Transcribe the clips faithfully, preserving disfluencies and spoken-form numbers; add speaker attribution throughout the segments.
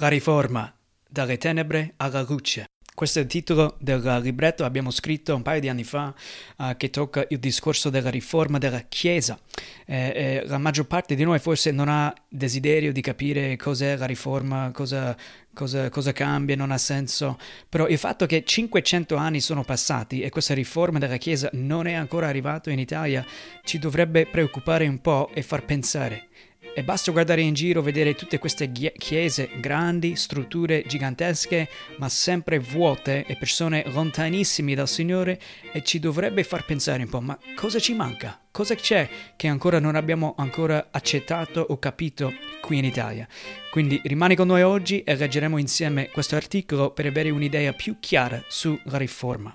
Speaker 1: La riforma, dalle tenebre alla luce. Questo è il titolo del libretto che abbiamo scritto un paio di anni fa, uh, che tocca il discorso della riforma della Chiesa. Eh, eh, la maggior parte di noi forse non ha desiderio di capire cos'è la riforma, cosa, cosa, cosa cambia, non ha senso, però il fatto che cinquecento anni sono passati e questa riforma della Chiesa non è ancora arrivata in Italia ci dovrebbe preoccupare un po' e far pensare. E basta guardare in giro, vedere tutte queste chiese grandi, strutture gigantesche, ma sempre vuote e persone lontanissime dal Signore, e ci dovrebbe far pensare un po', ma cosa ci manca? Cosa c'è che ancora non abbiamo ancora accettato o capito qui in Italia? Quindi rimani con noi oggi e leggeremo insieme questo articolo per avere un'idea più chiara sulla riforma.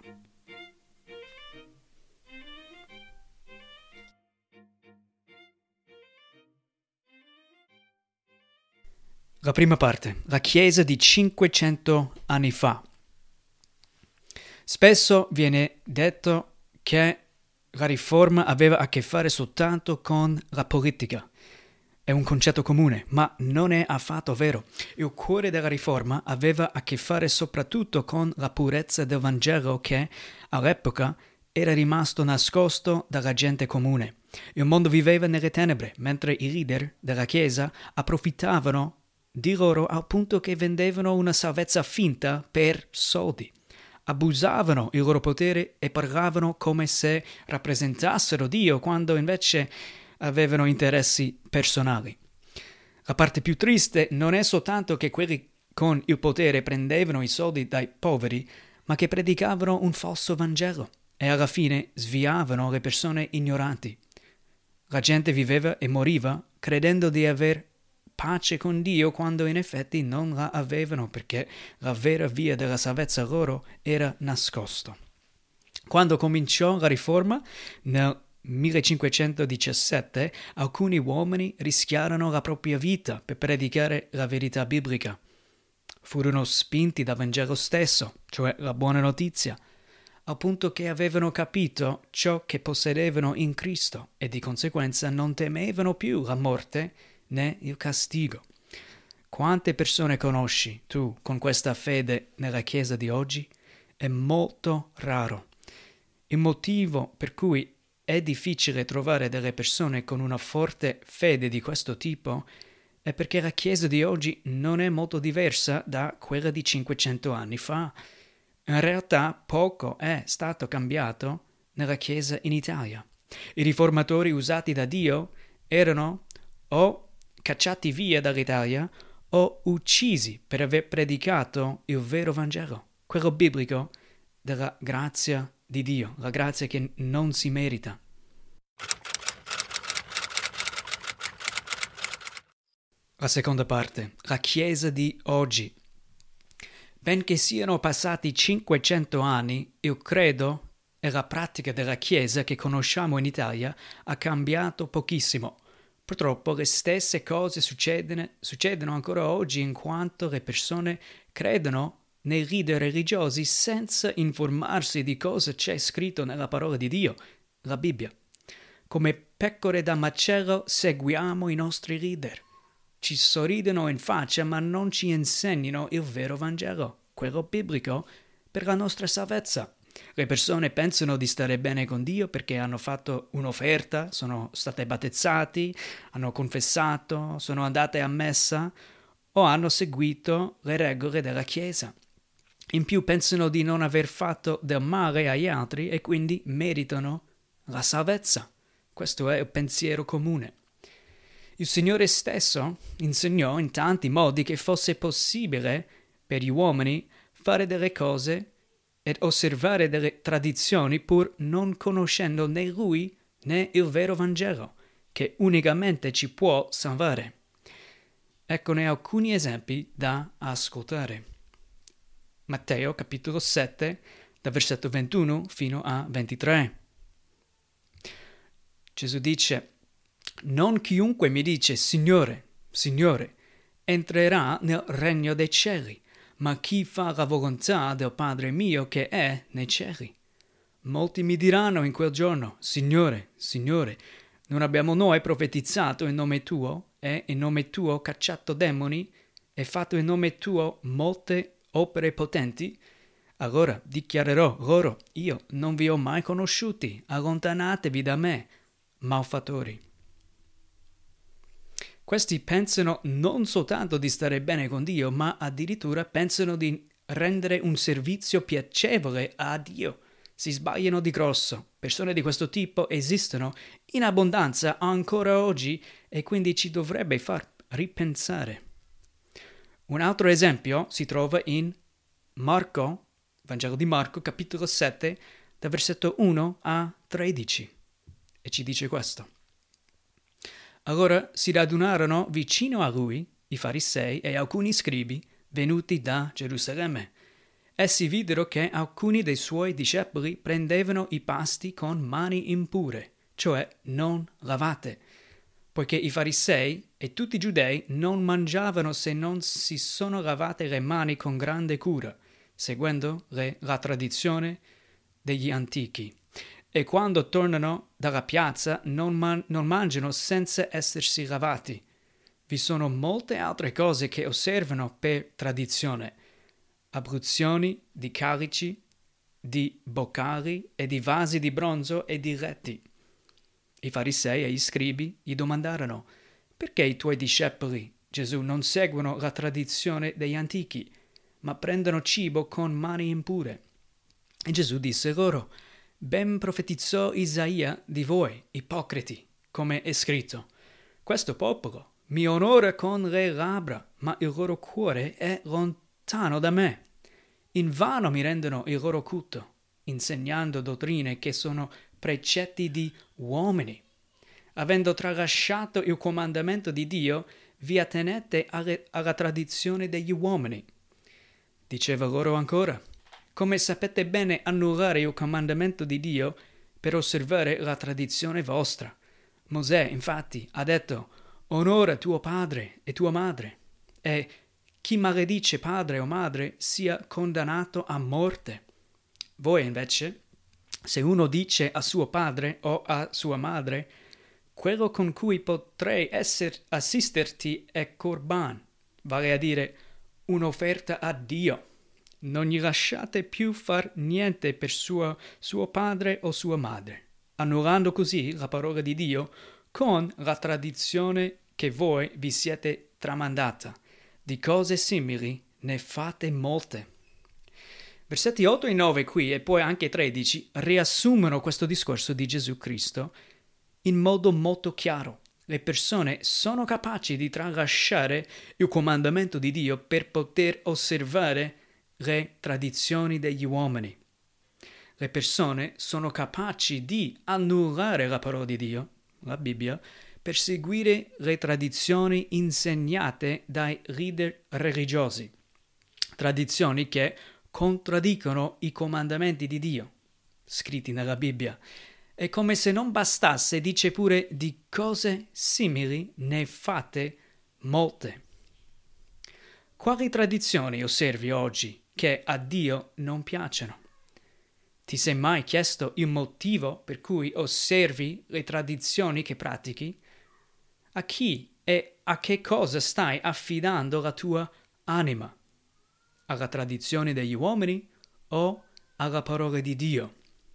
Speaker 1: La prima parte, la Chiesa di cinquecento anni fa. Spesso viene detto che la riforma aveva a che fare soltanto con la politica. È un concetto comune, ma non è affatto vero. Il cuore della riforma aveva a che fare soprattutto con la purezza del Vangelo che, all'epoca, era rimasto nascosto dalla gente comune. Il mondo viveva nelle tenebre, mentre i leader della Chiesa approfittavano di loro al punto che vendevano una salvezza finta per soldi. Abusavano il loro potere e parlavano come se rappresentassero Dio quando invece avevano interessi personali. La parte più triste non è soltanto che quelli con il potere prendevano i soldi dai poveri, ma che predicavano un falso Vangelo e alla fine sviavano le persone ignoranti. La gente viveva e moriva credendo di aver pace con Dio quando in effetti non la avevano, perché la vera via della salvezza loro era nascosto. Quando cominciò la riforma, nel millecinquecentodiciassette, alcuni uomini rischiarono la propria vita per predicare la verità biblica. Furono spinti dal Vangelo stesso, cioè la buona notizia, al punto che avevano capito ciò che possedevano in Cristo e di conseguenza non temevano più la morte né il castigo. Quante persone conosci tu con questa fede nella Chiesa di oggi? È molto raro. Il motivo per cui è difficile trovare delle persone con una forte fede di questo tipo è perché la Chiesa di oggi non è molto diversa da quella di cinquecento anni fa. In realtà poco è stato cambiato nella Chiesa in Italia. I riformatori usati da Dio erano o cacciati via dall'Italia o uccisi per aver predicato il vero Vangelo, quello biblico della grazia di Dio, la grazia che non si merita. La seconda parte, la Chiesa di oggi. Benché siano passati cinquecento anni, il credo e la pratica della Chiesa che conosciamo in Italia ha cambiato pochissimo. Purtroppo le stesse cose succedono, succedono ancora oggi in quanto le persone credono nei leader religiosi senza informarsi di cosa c'è scritto nella parola di Dio, la Bibbia. Come pecore da macello seguiamo i nostri leader. Ci sorridono in faccia ma non ci insegnano il vero Vangelo, quello biblico, per la nostra salvezza. Le persone pensano di stare bene con Dio perché hanno fatto un'offerta, sono state battezzati, hanno confessato, sono andate a messa o hanno seguito le regole della Chiesa. In più pensano di non aver fatto del male agli altri e quindi meritano la salvezza. Questo è il pensiero comune. Il Signore stesso insegnò in tanti modi che fosse possibile per gli uomini fare delle cose ed osservare delle tradizioni pur non conoscendo né Lui né il vero Vangelo, che unicamente ci può salvare. Eccone alcuni esempi da ascoltare. Matteo capitolo sette, da versetto ventuno fino a ventitré. Gesù dice: «Non chiunque mi dice Signore, Signore, entrerà nel regno dei cieli, ma chi fa la volontà del Padre mio che è nei cieli. Molti mi diranno in quel giorno: Signore, Signore, non abbiamo noi profetizzato in nome tuo e in nome tuo cacciato demoni e fatto in nome tuo molte opere potenti? Allora dichiarerò loro, io non vi ho mai conosciuti, allontanatevi da me, malfattori. Questi pensano non soltanto di stare bene con Dio, ma addirittura pensano di rendere un servizio piacevole a Dio. Si sbagliano di grosso. Persone di questo tipo esistono in abbondanza ancora oggi e quindi ci dovrebbe far ripensare. Un altro esempio si trova in Marco, Vangelo di Marco, capitolo sette, da versetto uno a tredici. E ci dice questo. Allora si radunarono vicino a lui i farisei e alcuni scribi venuti da Gerusalemme. Essi videro che alcuni dei suoi discepoli prendevano i pasti con mani impure, cioè non lavate, poiché i farisei e tutti i giudei non mangiavano se non si sono lavate le mani con grande cura, seguendo le, la tradizione degli antichi. E quando tornano dalla piazza non, man- non mangiano senza essersi lavati. Vi sono molte altre cose che osservano per tradizione. Abluzioni di calici, di boccali e di vasi di bronzo e di letti. I farisei e gli scribi gli domandarono: perché i tuoi discepoli, Gesù, non seguono la tradizione degli antichi, ma prendono cibo con mani impure? E Gesù disse loro: ben profetizzò Isaia di voi, ipocriti, come è scritto. Questo popolo mi onora con le labbra, ma il loro cuore è lontano da me. Invano mi rendono il loro culto, insegnando dottrine che sono precetti di uomini. Avendo tralasciato il comandamento di Dio, vi attenete alle, alla tradizione degli uomini. Diceva loro ancora: come sapete bene annullare il comandamento di Dio per osservare la tradizione vostra. Mosè, infatti, ha detto: onora tuo padre e tua madre, e chi maledice padre o madre sia condannato a morte. Voi, invece, se uno dice a suo padre o a sua madre: quello con cui potrei esser, assisterti è Corban, vale a dire un'offerta a Dio. Non gli lasciate più far niente per suo, suo padre o sua madre, annullando così la parola di Dio con la tradizione che voi vi siete tramandata. Di cose simili ne fate molte. Versetti otto e nove qui e poi anche tredici riassumono questo discorso di Gesù Cristo in modo molto chiaro. Le persone sono capaci di tralasciare il comandamento di Dio per poter osservare le tradizioni degli uomini. Le persone sono capaci di annullare la parola di Dio, la Bibbia, per seguire le tradizioni insegnate dai leader religiosi, tradizioni che contraddicono i comandamenti di Dio, scritti nella Bibbia. E come se non bastasse, dice pure: di cose simili ne fate molte. Quali tradizioni osservi oggi che a Dio non piacciono? Ti sei mai chiesto il motivo per cui osservi le tradizioni che pratichi? A chi e a che cosa stai affidando la tua anima? Alla tradizione degli uomini o alla parola di Dio?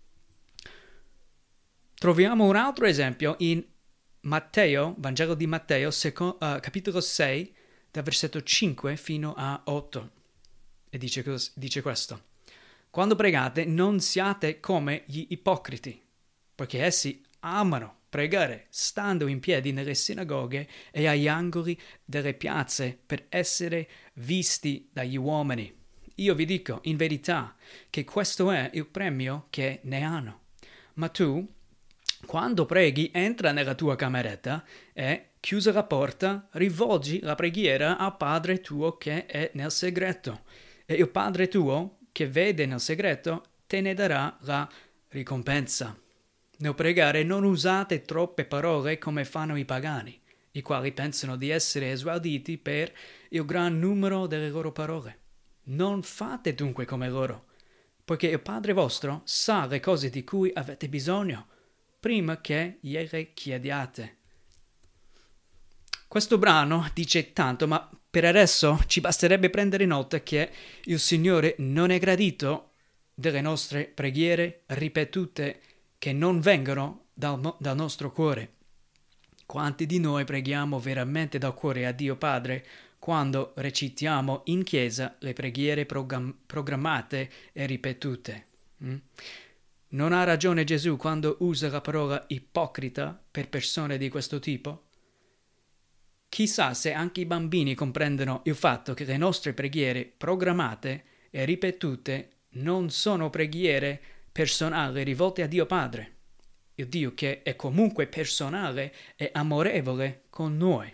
Speaker 1: Troviamo un altro esempio in Matteo, Vangelo di Matteo, seco, uh, capitolo sei, da versetto cinque fino a otto. E dice, dice questo: quando pregate non siate come gli ipocriti, poiché essi amano pregare stando in piedi nelle sinagoghe e agli angoli delle piazze per essere visti dagli uomini. Io vi dico in verità che questo è il premio che ne hanno. Ma tu, quando preghi, entra nella tua cameretta e, chiusa la porta, rivolgi la preghiera al Padre tuo che è nel segreto. E il Padre tuo, che vede nel segreto, te ne darà la ricompensa. Nel pregare non usate troppe parole come fanno i pagani, i quali pensano di essere esauditi per il gran numero delle loro parole. Non fate dunque come loro, poiché il Padre vostro sa le cose di cui avete bisogno, prima che gliele chiediate. Questo brano dice tanto, ma Per adesso ci basterebbe prendere nota che il Signore non è gradito delle nostre preghiere ripetute che non vengono dal, dal nostro cuore. Quanti di noi preghiamo veramente dal cuore a Dio Padre quando recitiamo in chiesa le preghiere program- programmate e ripetute? Mm? Non ha ragione Gesù quando usa la parola ipocrita per persone di questo tipo? Chissà se anche i bambini comprendono il fatto che le nostre preghiere programmate e ripetute non sono preghiere personali rivolte a Dio Padre, il Dio che è comunque personale e amorevole con noi.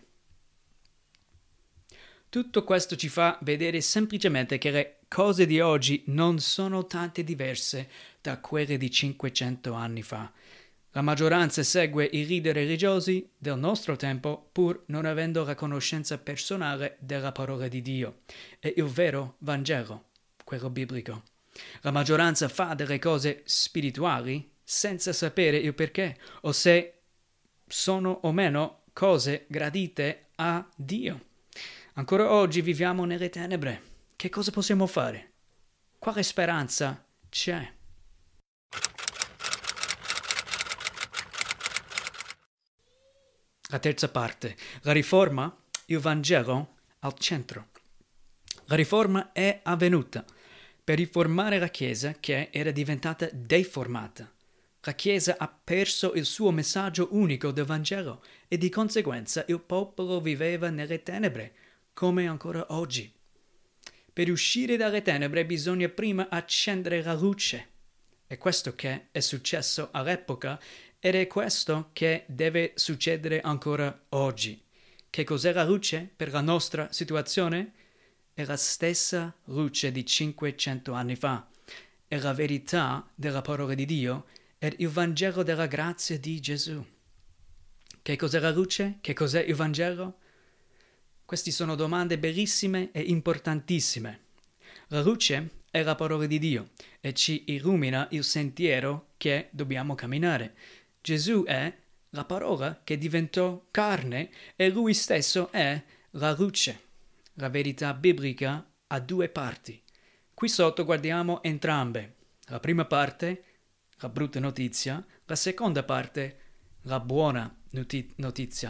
Speaker 1: Tutto questo ci fa vedere semplicemente che le cose di oggi non sono tanto diverse da quelle di cinquecento anni fa. La maggioranza segue i leader religiosi del nostro tempo pur non avendo la conoscenza personale della parola di Dio e il vero Vangelo, quello biblico. La maggioranza fa delle cose spirituali senza sapere il perché o se sono o meno cose gradite a Dio. Ancora oggi viviamo nelle tenebre. Che cosa possiamo fare? Quale speranza c'è? La terza parte, la riforma, il Vangelo al centro. La riforma è avvenuta per riformare la Chiesa che era diventata deformata. La Chiesa ha perso il suo messaggio unico del Vangelo e di conseguenza il popolo viveva nelle tenebre, come ancora oggi. Per uscire dalle tenebre bisogna prima accendere la luce. È questo che è successo all'epoca ed è questo che deve succedere ancora oggi. Che cos'è la luce per la nostra situazione? È la stessa luce di cinquecento anni fa. È la verità della parola di Dio ed il Vangelo della grazia di Gesù. Che cos'è la luce? Che cos'è il Vangelo? Queste sono domande bellissime e importantissime. La luce è la parola di Dio e ci illumina il sentiero che dobbiamo camminare. Gesù è la parola che diventò carne e lui stesso è la luce. La verità biblica ha due parti. Qui sotto guardiamo entrambe. La prima parte, la brutta notizia, la seconda parte, la buona noti- notizia.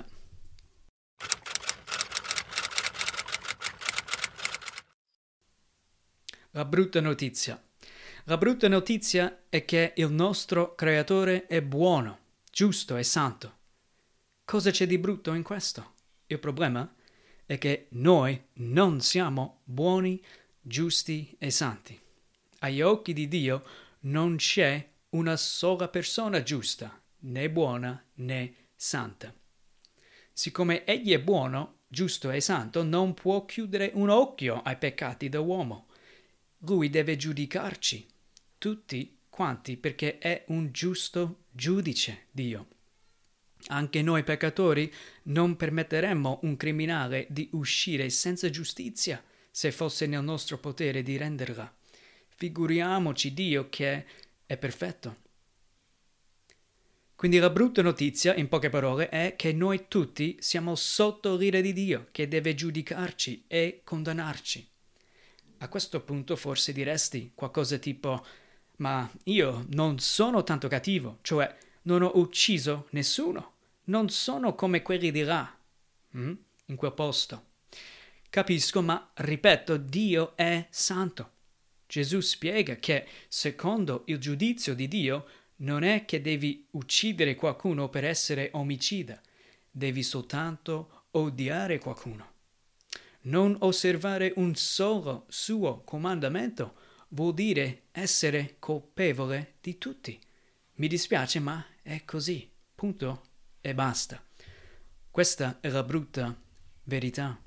Speaker 1: La brutta notizia. La brutta notizia è che il nostro Creatore è buono, giusto e santo. Cosa c'è di brutto in questo? Il problema è che noi non siamo buoni, giusti e santi. Agli occhi di Dio non c'è una sola persona giusta, né buona né santa. Siccome Egli è buono, giusto e santo, non può chiudere un occhio ai peccati dell'uomo. Lui deve giudicarci, tutti quanti, perché è un giusto giudice, Dio. Anche noi peccatori non permetteremmo un criminale di uscire senza giustizia se fosse nel nostro potere di renderla. Figuriamoci Dio che è perfetto. Quindi la brutta notizia, in poche parole, è che noi tutti siamo sotto l'ira di Dio, che deve giudicarci e condannarci. A questo punto forse diresti qualcosa tipo: ma io non sono tanto cattivo, cioè non ho ucciso nessuno, non sono come quelli di là, hm? in quel posto. Capisco, ma ripeto, Dio è santo. Gesù spiega che, secondo il giudizio di Dio, non è che devi uccidere qualcuno per essere omicida, devi soltanto odiare qualcuno. Non osservare un solo suo comandamento vuol dire essere colpevole di tutti. Mi dispiace, ma è così. Punto e basta. Questa è la brutta verità.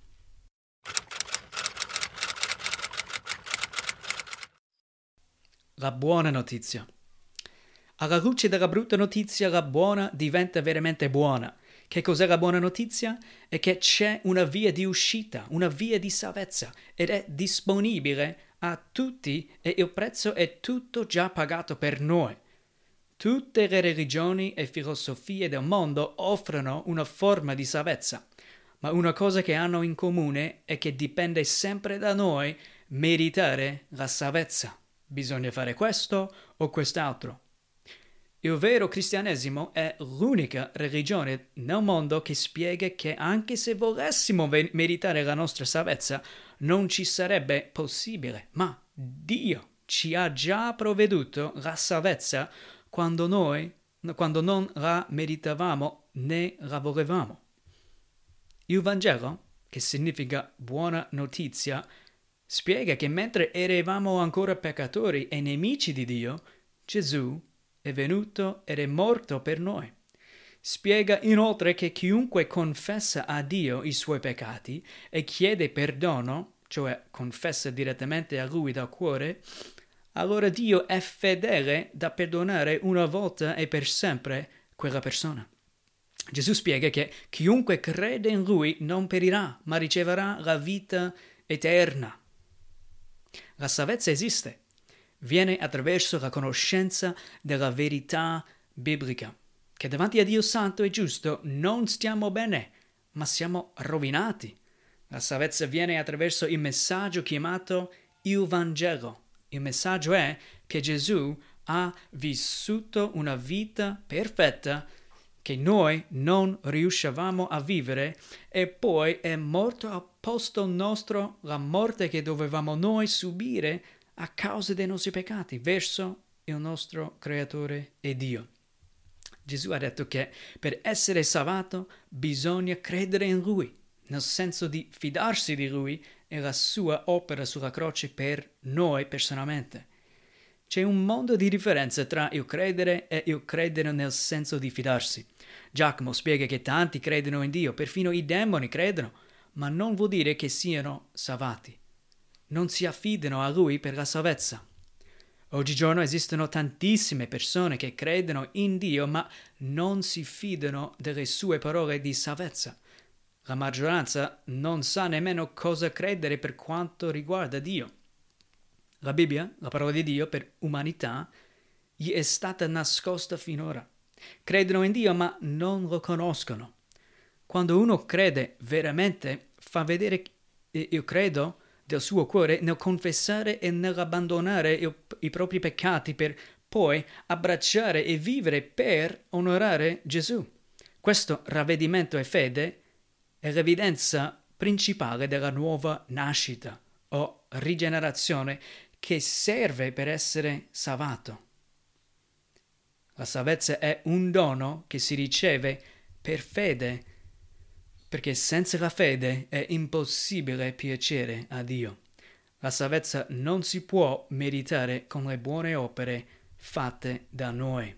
Speaker 1: La buona notizia. Alla luce della brutta notizia, la buona diventa veramente buona. Che cos'è la buona notizia? È che c'è una via di uscita, una via di salvezza ed è disponibile a tutti e il prezzo è tutto già pagato per noi. Tutte le religioni e filosofie del mondo offrono una forma di salvezza, ma una cosa che hanno in comune è che dipende sempre da noi meritare la salvezza. Bisogna fare questo o quest'altro. Il vero cristianesimo è l'unica religione nel mondo che spiega che anche se volessimo meritare la nostra salvezza, non ci sarebbe possibile, ma Dio ci ha già provveduto la salvezza quando noi, quando non la meritavamo né la volevamo. Il Vangelo, che significa buona notizia, spiega che mentre eravamo ancora peccatori e nemici di Dio, Gesù è venuto ed è morto per noi. Spiega inoltre che chiunque confessa a Dio i suoi peccati e chiede perdono, cioè confessa direttamente a Lui dal cuore, allora Dio è fedele da perdonare una volta e per sempre quella persona. Gesù spiega che chiunque crede in Lui non perirà, ma riceverà la vita eterna. La salvezza esiste. Viene attraverso la conoscenza della verità biblica, che davanti a Dio Santo e giusto non stiamo bene, ma siamo rovinati. La salvezza viene attraverso il messaggio chiamato il Vangelo. Il messaggio è che Gesù ha vissuto una vita perfetta che noi non riuscivamo a vivere e poi è morto al posto nostro, la morte che dovevamo noi subire a causa dei nostri peccati verso il nostro Creatore e Dio. Gesù ha detto che per essere salvato bisogna credere in Lui, nel senso di fidarsi di Lui e la sua opera sulla croce per noi personalmente. C'è un mondo di differenza tra il credere e il credere nel senso di fidarsi. Giacomo spiega che tanti credono in Dio, perfino i demoni credono, ma non vuol dire che siano salvati. Non si affidano a Lui per la salvezza. Oggigiorno esistono tantissime persone che credono in Dio, ma non si fidano delle sue parole di salvezza. La maggioranza non sa nemmeno cosa credere per quanto riguarda Dio. La Bibbia, la parola di Dio per umanità, gli è stata nascosta finora. Credono in Dio, ma non lo conoscono. Quando uno crede veramente, fa vedere il credo del suo cuore nel confessare e nell'abbandonare il, i propri peccati per poi abbracciare e vivere per onorare Gesù. Questo ravvedimento e fede è l'evidenza principale della nuova nascita o rigenerazione che serve per essere salvato. La salvezza è un dono che si riceve per fede, perché senza la fede è impossibile piacere a Dio. La salvezza non si può meritare con le buone opere fatte da noi.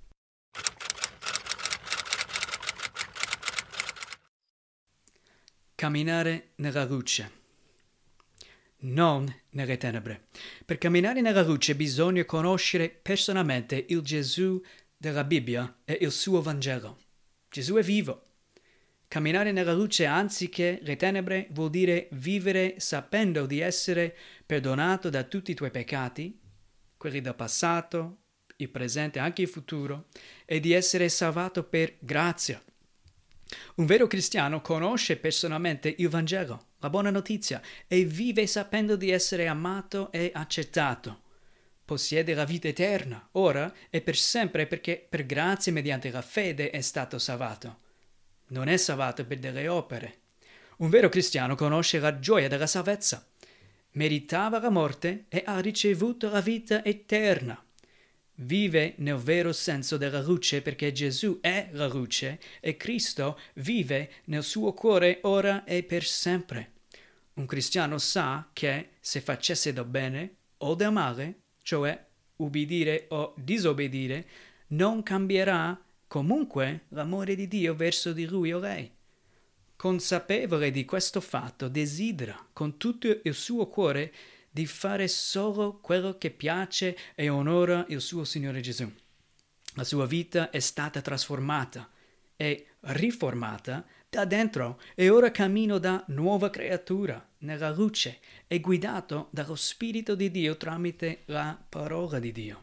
Speaker 1: Camminare nella luce, non nelle tenebre. Per camminare nella luce bisogna conoscere personalmente il Gesù della Bibbia e il suo Vangelo. Gesù è vivo. Camminare nella luce anziché le tenebre vuol dire vivere sapendo di essere perdonato da tutti i tuoi peccati, quelli del passato, il presente e anche il futuro, e di essere salvato per grazia. Un vero cristiano conosce personalmente il Vangelo, la buona notizia, e vive sapendo di essere amato e accettato. Possiede la vita eterna, ora e per sempre, perché per grazia mediante la fede è stato salvato. Non è salvato per delle opere. Un vero cristiano conosce la gioia della salvezza. Meritava la morte e ha ricevuto la vita eterna. Vive nel vero senso della luce perché Gesù è la luce e Cristo vive nel suo cuore ora e per sempre. Un cristiano sa che se facesse del bene o del male, cioè ubbidire o disobbedire, non cambierà comunque l'amore di Dio verso di lui o lei. Consapevole di questo fatto, desidera con tutto il suo cuore di fare solo quello che piace e onora il suo Signore Gesù. La sua vita è stata trasformata e riformata da dentro e ora cammino da nuova creatura nella luce e guidato dallo Spirito di Dio tramite la parola di Dio.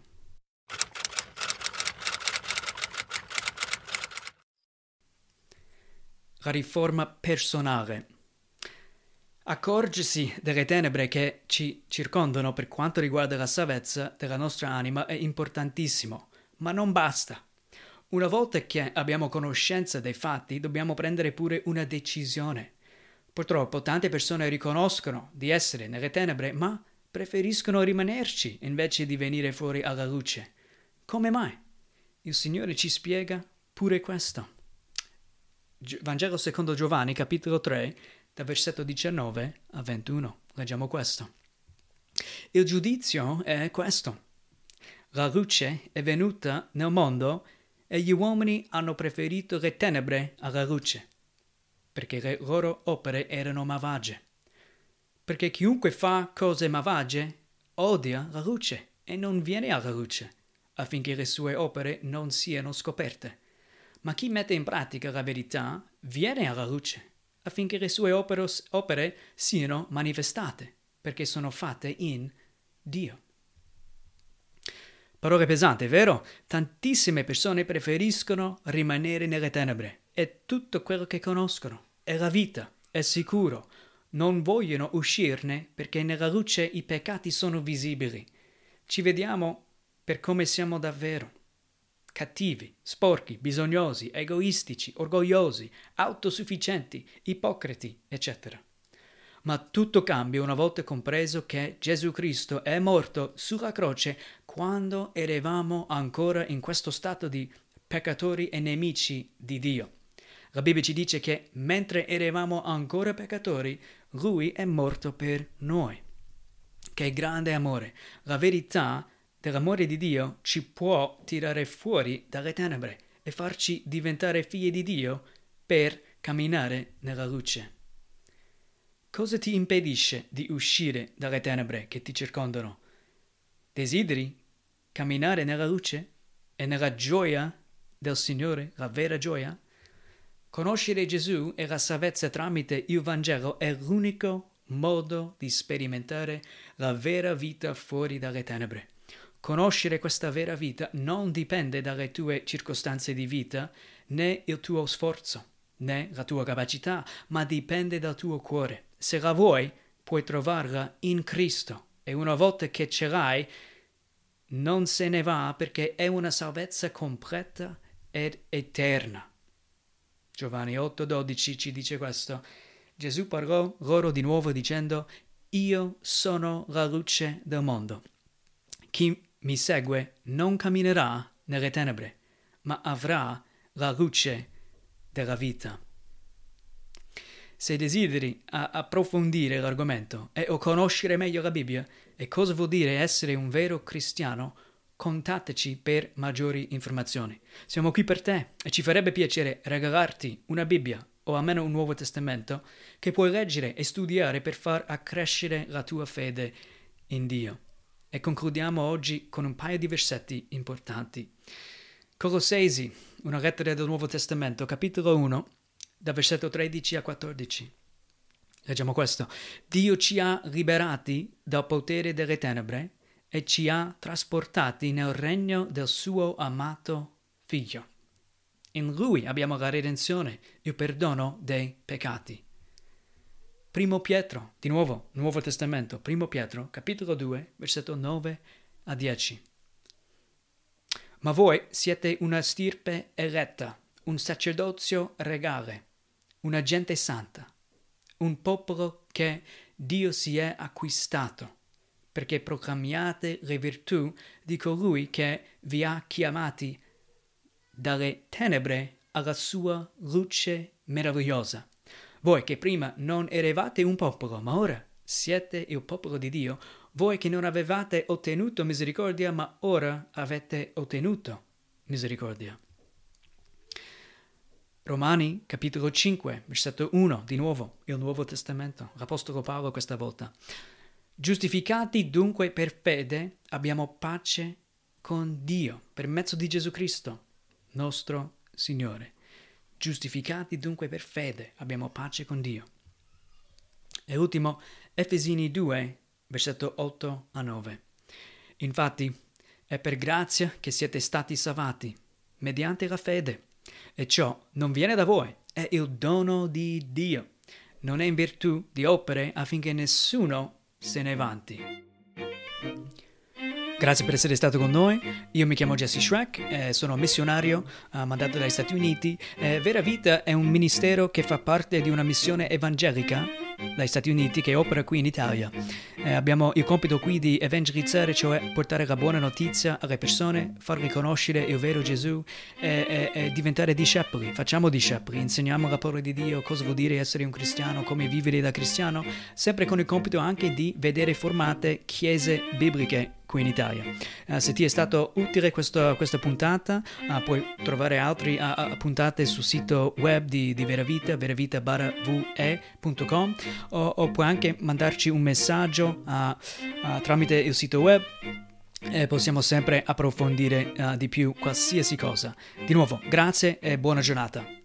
Speaker 1: la riforma personale. Accorgersi delle tenebre che ci circondano per quanto riguarda la salvezza della nostra anima è importantissimo, ma non basta. Una volta che abbiamo conoscenza dei fatti, dobbiamo prendere pure una decisione. Purtroppo tante persone riconoscono di essere nelle tenebre, ma preferiscono rimanerci invece di venire fuori alla luce. Come mai? Il Signore ci spiega pure questo. Vangelo secondo Giovanni, capitolo tre, da versetto diciannove a ventuno. Leggiamo questo. Il giudizio è questo. La luce è venuta nel mondo e gli uomini hanno preferito le tenebre alla luce, perché le loro opere erano malvagie. Perché chiunque fa cose malvagie odia la luce e non viene alla luce, affinché le sue opere non siano scoperte. Ma chi mette in pratica la verità viene alla luce, affinché le sue opere, opere siano manifestate, perché sono fatte in Dio. Parole pesanti, vero? Tantissime persone preferiscono rimanere nelle tenebre. È tutto quello che conoscono. È la vita, è sicuro. Non vogliono uscirne perché nella luce i peccati sono visibili. Ci vediamo per come siamo davvero. Cattivi, sporchi, bisognosi, egoistici, orgogliosi, autosufficienti, ipocriti, eccetera. Ma tutto cambia una volta compreso che Gesù Cristo è morto sulla croce quando eravamo ancora in questo stato di peccatori e nemici di Dio. La Bibbia ci dice che mentre eravamo ancora peccatori, Lui è morto per noi. Che grande amore! La verità dell'amore di Dio ci può tirare fuori dalle tenebre e farci diventare figli di Dio per camminare nella luce. Cosa ti impedisce di uscire dalle tenebre che ti circondano? Desideri camminare nella luce e nella gioia del Signore, la vera gioia? Conoscere Gesù e la salvezza tramite il Vangelo è l'unico modo di sperimentare la vera vita fuori dalle tenebre. Conoscere questa vera vita non dipende dalle tue circostanze di vita, né il tuo sforzo, né la tua capacità, ma dipende dal tuo cuore. Se la vuoi, puoi trovarla in Cristo e una volta che ce l'hai, non se ne va perché è una salvezza completa ed eterna. Giovanni otto dodici ci dice questo. Gesù parlò loro di nuovo dicendo: Io sono la luce del mondo. Chi mi segue non camminerà nelle tenebre, ma avrà la luce della vita. Se desideri approfondire l'argomento e o conoscere meglio la Bibbia e cosa vuol dire essere un vero cristiano, contattaci per maggiori informazioni. Siamo qui per te e ci farebbe piacere regalarti una Bibbia o almeno un Nuovo Testamento che puoi leggere e studiare per far accrescere la tua fede in Dio. E concludiamo oggi con un paio di versetti importanti. Colossesi, una lettera del Nuovo Testamento, capitolo uno, da versetto tredici a quattordici. Leggiamo questo. Dio ci ha liberati dal potere delle tenebre e ci ha trasportati nel regno del suo amato Figlio. In Lui abbiamo la redenzione, il perdono dei peccati. Primo Pietro, di nuovo, Nuovo Testamento, Primo Pietro, capitolo due, versetto nove a dieci. Ma voi siete una stirpe eletta, un sacerdozio regale, una gente santa, un popolo che Dio si è acquistato, perché proclamiate le virtù di colui che vi ha chiamati dalle tenebre alla sua luce meravigliosa. Voi che prima non eravate un popolo, ma ora siete il popolo di Dio, voi che non avevate ottenuto misericordia, ma ora avete ottenuto misericordia. Romani, capitolo cinque, versetto uno, di nuovo, il Nuovo Testamento, l'Apostolo Paolo questa volta. Giustificati dunque per fede, abbiamo pace con Dio, per mezzo di Gesù Cristo, nostro Signore. Giustificati dunque per fede, abbiamo pace con Dio. E ultimo, Efesini due, versetto otto a nove. Infatti, è per grazia che siete stati salvati, mediante la fede, e ciò non viene da voi, è il dono di Dio. Non è in virtù di opere affinché nessuno se ne vanti. Grazie per essere stato con noi. Io mi chiamo Jesse Schreck, eh, sono missionario eh, mandato dagli Stati Uniti. Eh, Vera Vita è un ministero che fa parte di una missione evangelica dagli Stati Uniti che opera qui in Italia. Eh, abbiamo il compito qui di evangelizzare, cioè portare la buona notizia alle persone, far riconoscere il vero Gesù e, e, e diventare discepoli. Facciamo discepoli, insegniamo la parola di Dio, cosa vuol dire essere un cristiano, come vivere da cristiano, sempre con il compito anche di vedere formate chiese bibliche qui in Italia. Uh, se ti è stato utile questa, questa puntata, uh, puoi trovare altre uh, puntate sul sito web di, di Vera Vita, veravita v e punto com, o, o puoi anche mandarci un messaggio uh, uh, tramite il sito web e possiamo sempre approfondire uh, di più qualsiasi cosa. Di nuovo, grazie e buona giornata.